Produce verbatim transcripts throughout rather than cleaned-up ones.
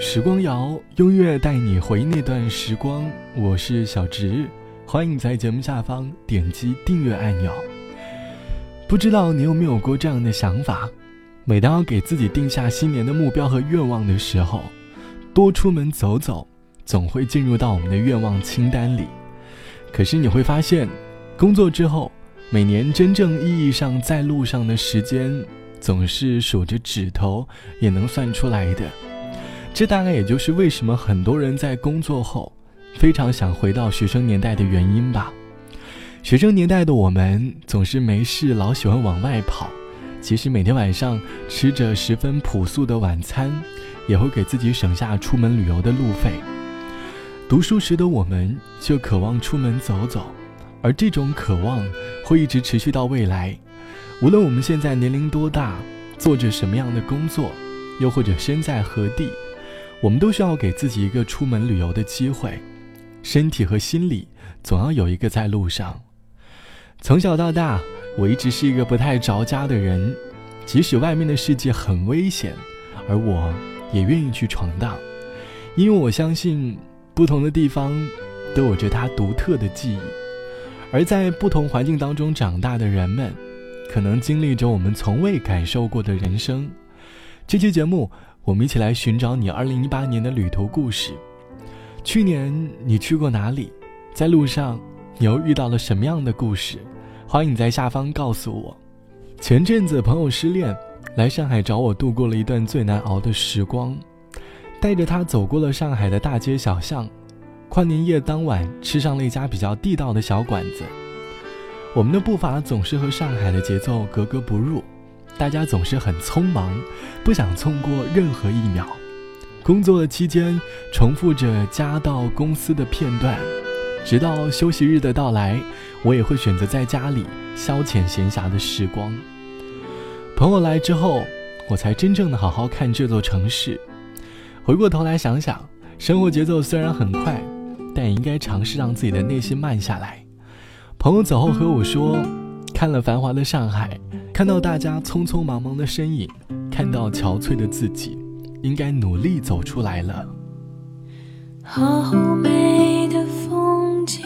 时光谣，音乐带你回忆那段时光。我是小植，欢迎在节目下方点击订阅按钮。不知道你有没有过这样的想法，每当要给自己定下新年的目标和愿望的时候，多出门走走总会进入到我们的愿望清单里。可是你会发现，工作之后，每年真正意义上在路上的时间总是数着指头也能算出来的。这大概也就是为什么很多人在工作后非常想回到学生年代的原因吧。学生年代的我们总是没事老喜欢往外跑，即使每天晚上吃着十分朴素的晚餐，也会给自己省下出门旅游的路费。读书时的我们就渴望出门走走，而这种渴望会一直持续到未来。无论我们现在年龄多大，做着什么样的工作，又或者身在何地，我们都需要给自己一个出门旅游的机会，身体和心理总要有一个在路上。从小到大，我一直是一个不太着家的人，即使外面的世界很危险，而我也愿意去闯荡，因为我相信不同的地方都有着它独特的记忆。而在不同环境当中长大的人们，可能经历着我们从未感受过的人生。这期节目，我们一起来寻找你二零一八年的旅途故事。去年你去过哪里？在路上你又遇到了什么样的故事？欢迎你在下方告诉我。前阵子朋友失恋，来上海找我度过了一段最难熬的时光，带着他走过了上海的大街小巷，跨年夜当晚吃上了一家比较地道的小馆子。我们的步伐总是和上海的节奏格格不入，大家总是很匆忙，不想错过任何一秒。工作的期间重复着家到公司的片段，直到休息日的到来，我也会选择在家里消遣闲暇的时光。朋友来之后，我才真正的好好看这座城市。回过头来想想，生活节奏虽然很快，但也应该尝试让自己的内心慢下来。朋友走后和我说，看了繁华的上海，看到大家匆匆忙忙的身影，看到憔悴的自己，应该努力走出来了。 好美的风景，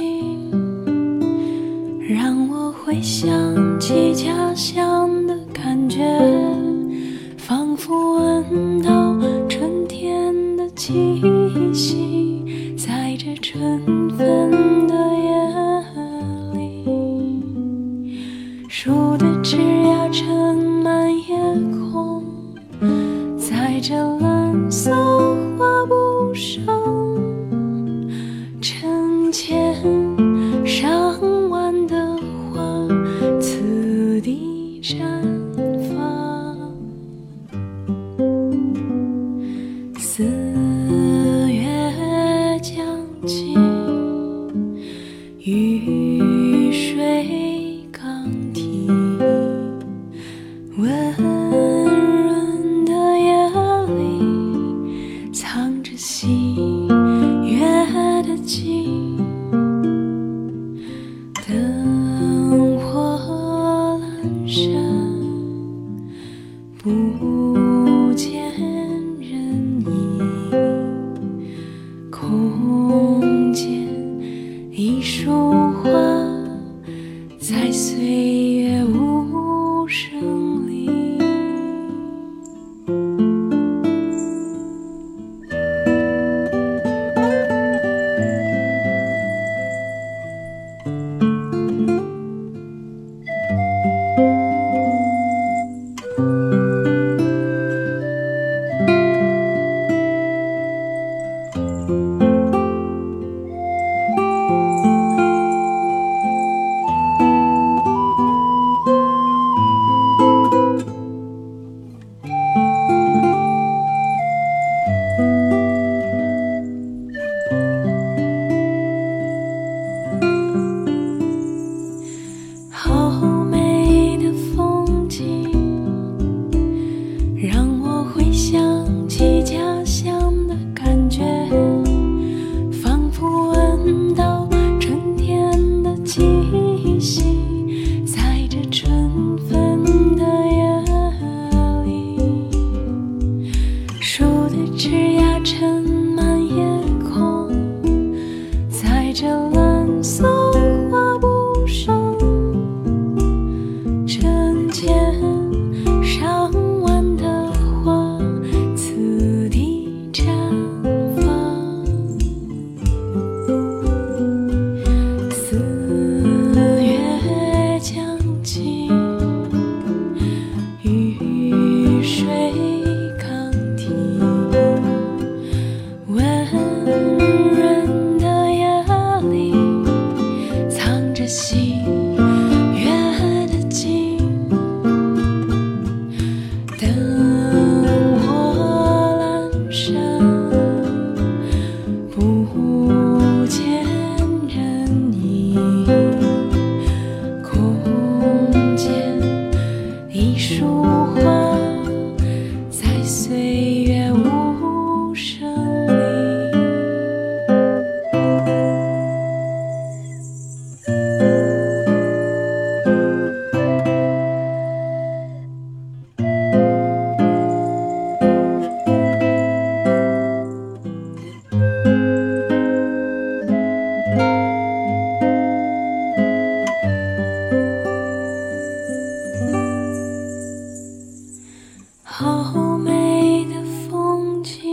让我回想起家乡的感觉，仿佛闻到春天的气息，在这春分的夜里，树的枝桠撑满夜空，在这蓝色画布上成千上万的花，次第绽放。四月将近，雨水刚停，温润的夜里藏着喜悦的景，灯火阑珊，不见人影，空间一束花，在岁月无声里。 好美的风景，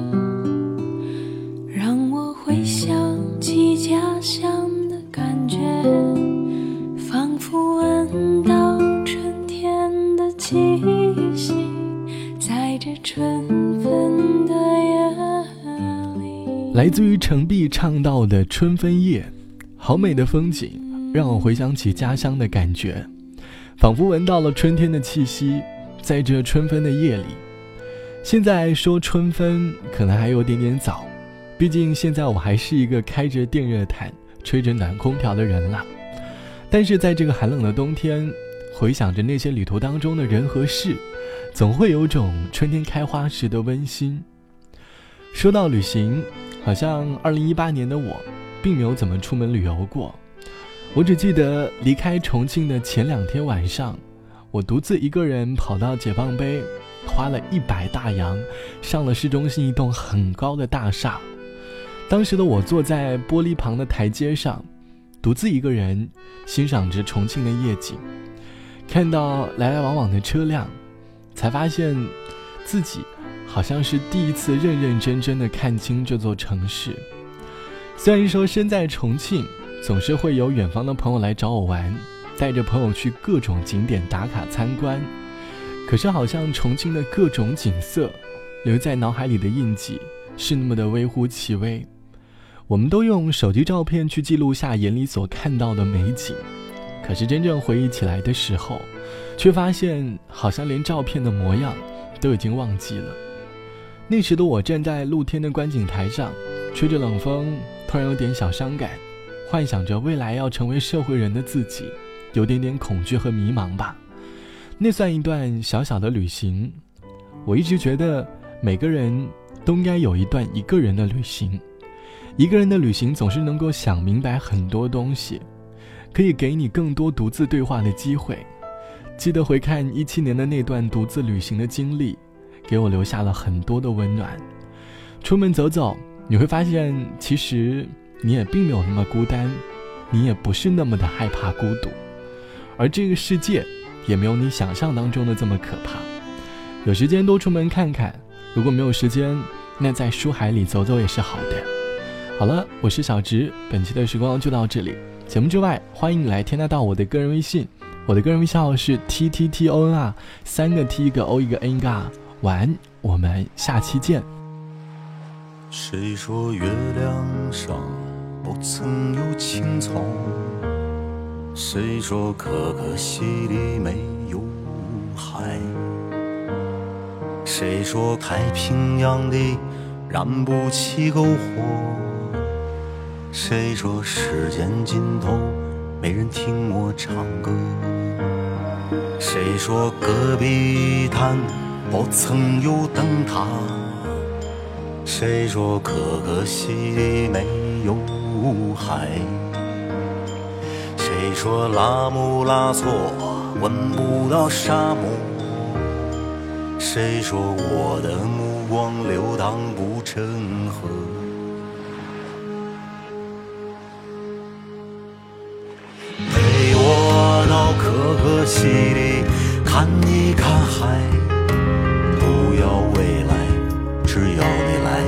让我回想起家乡的感觉，仿佛闻到春天的气息，在这春分的夜里。 来自于程璧唱到的春分夜，好美的风景让我回想起家乡的感觉，仿佛闻到了春天的气息，在这春分的夜里。现在说春分可能还有点点早，毕竟现在我还是一个开着电热毯吹着暖空调的人啦。但是在这个寒冷的冬天，回想着那些旅途当中的人和事，总会有种春天开花时的温馨。说到旅行，好像二零一八年的我并没有怎么出门旅游过，我只记得离开重庆的前两天晚上，我独自一个人跑到解放碑，花了一百大洋上了市中心一栋很高的大厦。当时的我坐在玻璃旁的台阶上，独自一个人欣赏着重庆的夜景，看到来来往往的车辆，才发现自己好像是第一次认认真真的看清这座城市。虽然说身在重庆，总是会有远方的朋友来找我玩，带着朋友去各种景点打卡参观，可是好像重庆的各种景色留在脑海里的印记是那么的微乎其微。我们都用手机照片去记录下眼里所看到的美景，可是真正回忆起来的时候，却发现好像连照片的模样都已经忘记了。那时的我站在露天的观景台上，吹着冷风，突然有点小伤感，幻想着未来要成为社会人的自己，有点点恐惧和迷茫吧。那算一段小小的旅行。我一直觉得每个人都应该有一段一个人的旅行，一个人的旅行总是能够想明白很多东西，可以给你更多独自对话的机会。记得回看一七年的那段独自旅行的经历，给我留下了很多的温暖。出门走走，你会发现其实你也并没有那么孤单，你也不是那么的害怕孤独，而这个世界也没有你想象当中的这么可怕。有时间多出门看看，如果没有时间，那在书海里走走也是好的。好了，我是小直，本期的时光就到这里。节目之外，欢迎你来添加到我的个人微信，我的个人微信号是 T T T O N R， 三个 T 一个 O 一个 N 一个 R。晚安，我们下期见。 谁说月亮上不曾有青草？谁说可可西里没有海？谁说太平洋里燃不起篝火？谁说时间尽头没人听我唱歌？谁说戈壁滩不曾有灯塔？谁说可可西里没有海？谁说拉姆拉措闻不到沙漠？谁说我的目光流淌不成河？陪我到可可西里看一看海，不要未来，只要你来。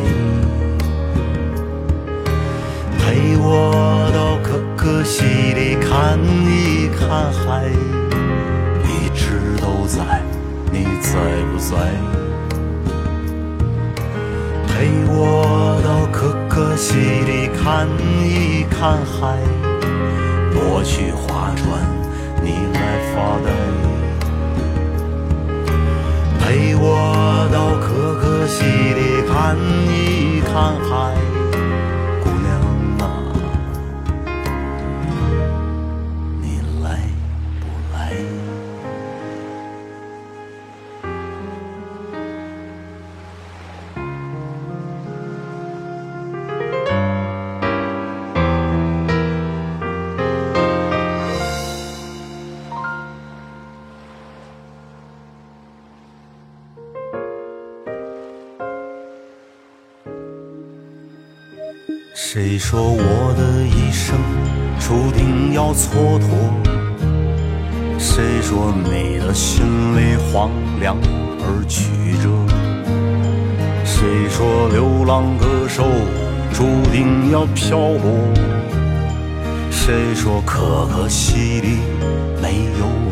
陪我到可可西里看一看海，一直都在，你在不在？陪我到可可西里看一看海，我去划船，你来发呆。陪看海，姑娘啊，你来不来？谁说我的一生注定要蹉跎？谁说美的心为荒凉而曲折？谁说流浪歌手注定要漂泊？谁说可可西里没有